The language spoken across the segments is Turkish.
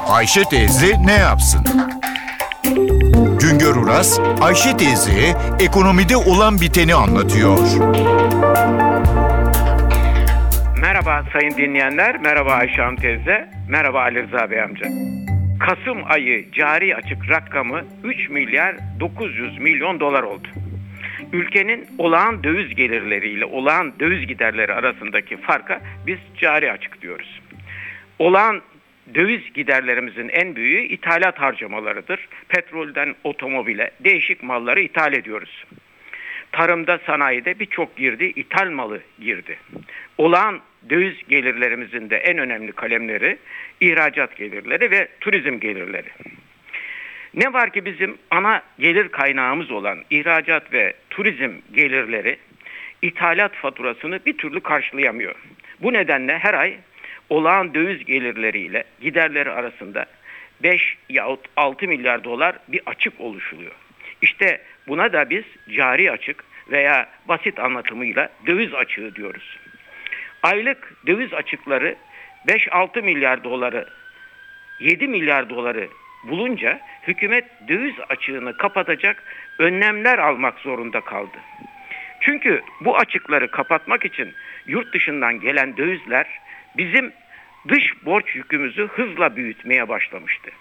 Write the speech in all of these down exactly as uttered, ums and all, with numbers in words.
Ayşe teyze ne yapsın? Güngör Uras, Ayşe teyzeye ekonomide olan biteni anlatıyor. Merhaba sayın dinleyenler, merhaba Ayşe Hanım teyze, merhaba Ali Rıza Bey amca. Kasım ayı cari açık rakamı üç milyar dokuz yüz milyon dolar oldu. Ülkenin olağan döviz gelirleriyle olağan döviz giderleri arasındaki farka biz cari açık diyoruz. Olağan döviz giderlerimizin en büyüğü ithalat harcamalarıdır. Petrolden otomobile değişik malları ithal ediyoruz. Tarımda, sanayide birçok girdi, ithal malı girdi. Olağan döviz gelirlerimizin de en önemli kalemleri ihracat gelirleri ve turizm gelirleri. Ne var ki bizim ana gelir kaynağımız olan ihracat ve turizm gelirleri ithalat faturasını bir türlü karşılayamıyor. Bu nedenle her ay olağan döviz gelirleriyle giderleri arasında beş yahut altı milyar dolar bir açık oluşuluyor. İşte buna da biz cari açık veya basit anlatımıyla döviz açığı diyoruz. Aylık döviz açıkları beş altı milyar doları, yedi milyar doları bulunca hükümet döviz açığını kapatacak önlemler almak zorunda kaldı. Çünkü bu açıkları kapatmak için yurt dışından gelen dövizler bizim dış borç yükümüzü hızla büyütmeye başlamıştı.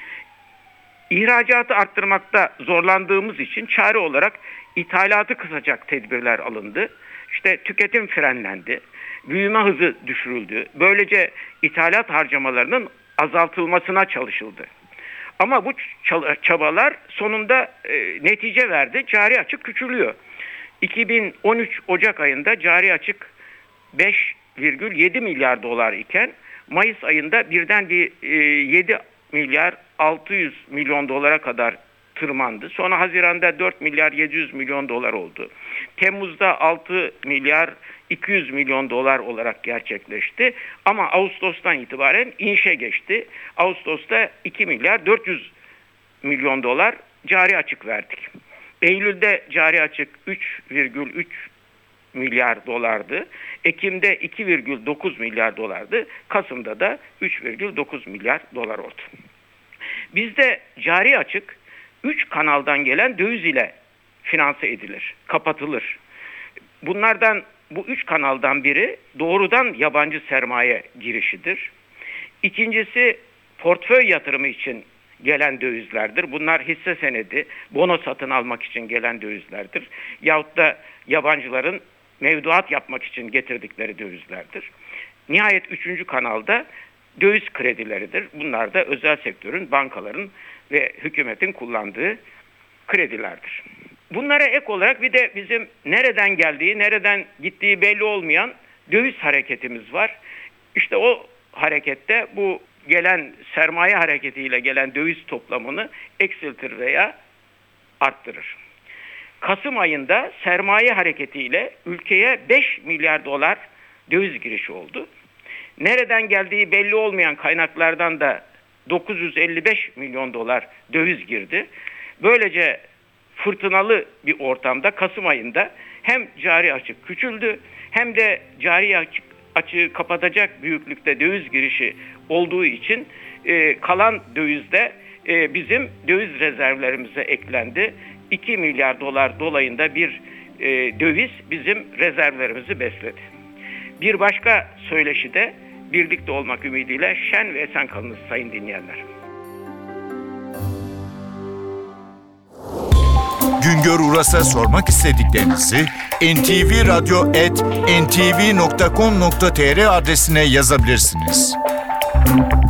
İhracatı arttırmakta zorlandığımız için çare olarak ithalatı kısacak tedbirler alındı. İşte tüketim frenlendi, büyüme hızı düşürüldü. Böylece ithalat harcamalarının azaltılmasına çalışıldı. Ama bu çabalar sonunda e, netice verdi. Cari açık küçülüyor. iki bin on üç Ocak ayında cari açık beş virgül yedi milyar dolar iken Mayıs ayında birden bir e, yedi milyar altı yüz milyon dolara kadar tırmandı. Sonra Haziran'da dört milyar yedi yüz milyon dolar oldu. Temmuz'da altı milyar iki yüz milyon dolar olarak gerçekleşti. Ama Ağustos'tan itibaren inişe geçti. Ağustos'ta iki milyar dört yüz milyon dolar cari açık verdik. Eylül'de cari açık üç virgül üç milyar dolardı. Ekim'de iki virgül dokuz milyar dolardı. Kasım'da da üç virgül dokuz milyar dolar oldu. Bizde cari açık üç kanaldan gelen döviz ile finanse edilir, kapatılır. Bunlardan bu üç kanaldan biri doğrudan yabancı sermaye girişidir. İkincisi portföy yatırımı için gelen dövizlerdir. Bunlar hisse senedi, bono satın almak için gelen dövizlerdir. Yahut da yabancıların mevduat yapmak için getirdikleri dövizlerdir. Nihayet üçüncü kanalda döviz kredileridir. Bunlar da özel sektörün, bankaların ve hükümetin kullandığı kredilerdir. Bunlara ek olarak bir de bizim nereden geldiği, nereden gittiği belli olmayan döviz hareketimiz var. İşte o harekette bu gelen sermaye hareketiyle gelen döviz toplamını eksiltir veya arttırır. Kasım ayında sermaye hareketiyle ülkeye beş milyar dolar döviz girişi oldu. Nereden geldiği belli olmayan kaynaklardan da dokuz yüz elli beş milyon dolar döviz girdi. Böylece fırtınalı bir ortamda Kasım ayında hem cari açık küçüldü hem de cari açık açığı kapatacak büyüklükte döviz girişi olduğu için e, kalan dövizde e, bizim döviz rezervlerimize eklendi. iki milyar dolar dolayında bir e, döviz bizim rezervlerimizi besledi. Bir başka söyleşi de birlikte olmak ümidiyle şen ve esen kalınız sayın dinleyenler. Güngör Uras'a sormak istediklerinizi en ti vi radyo at en ti vi nokta com nokta tr adresine yazabilirsiniz.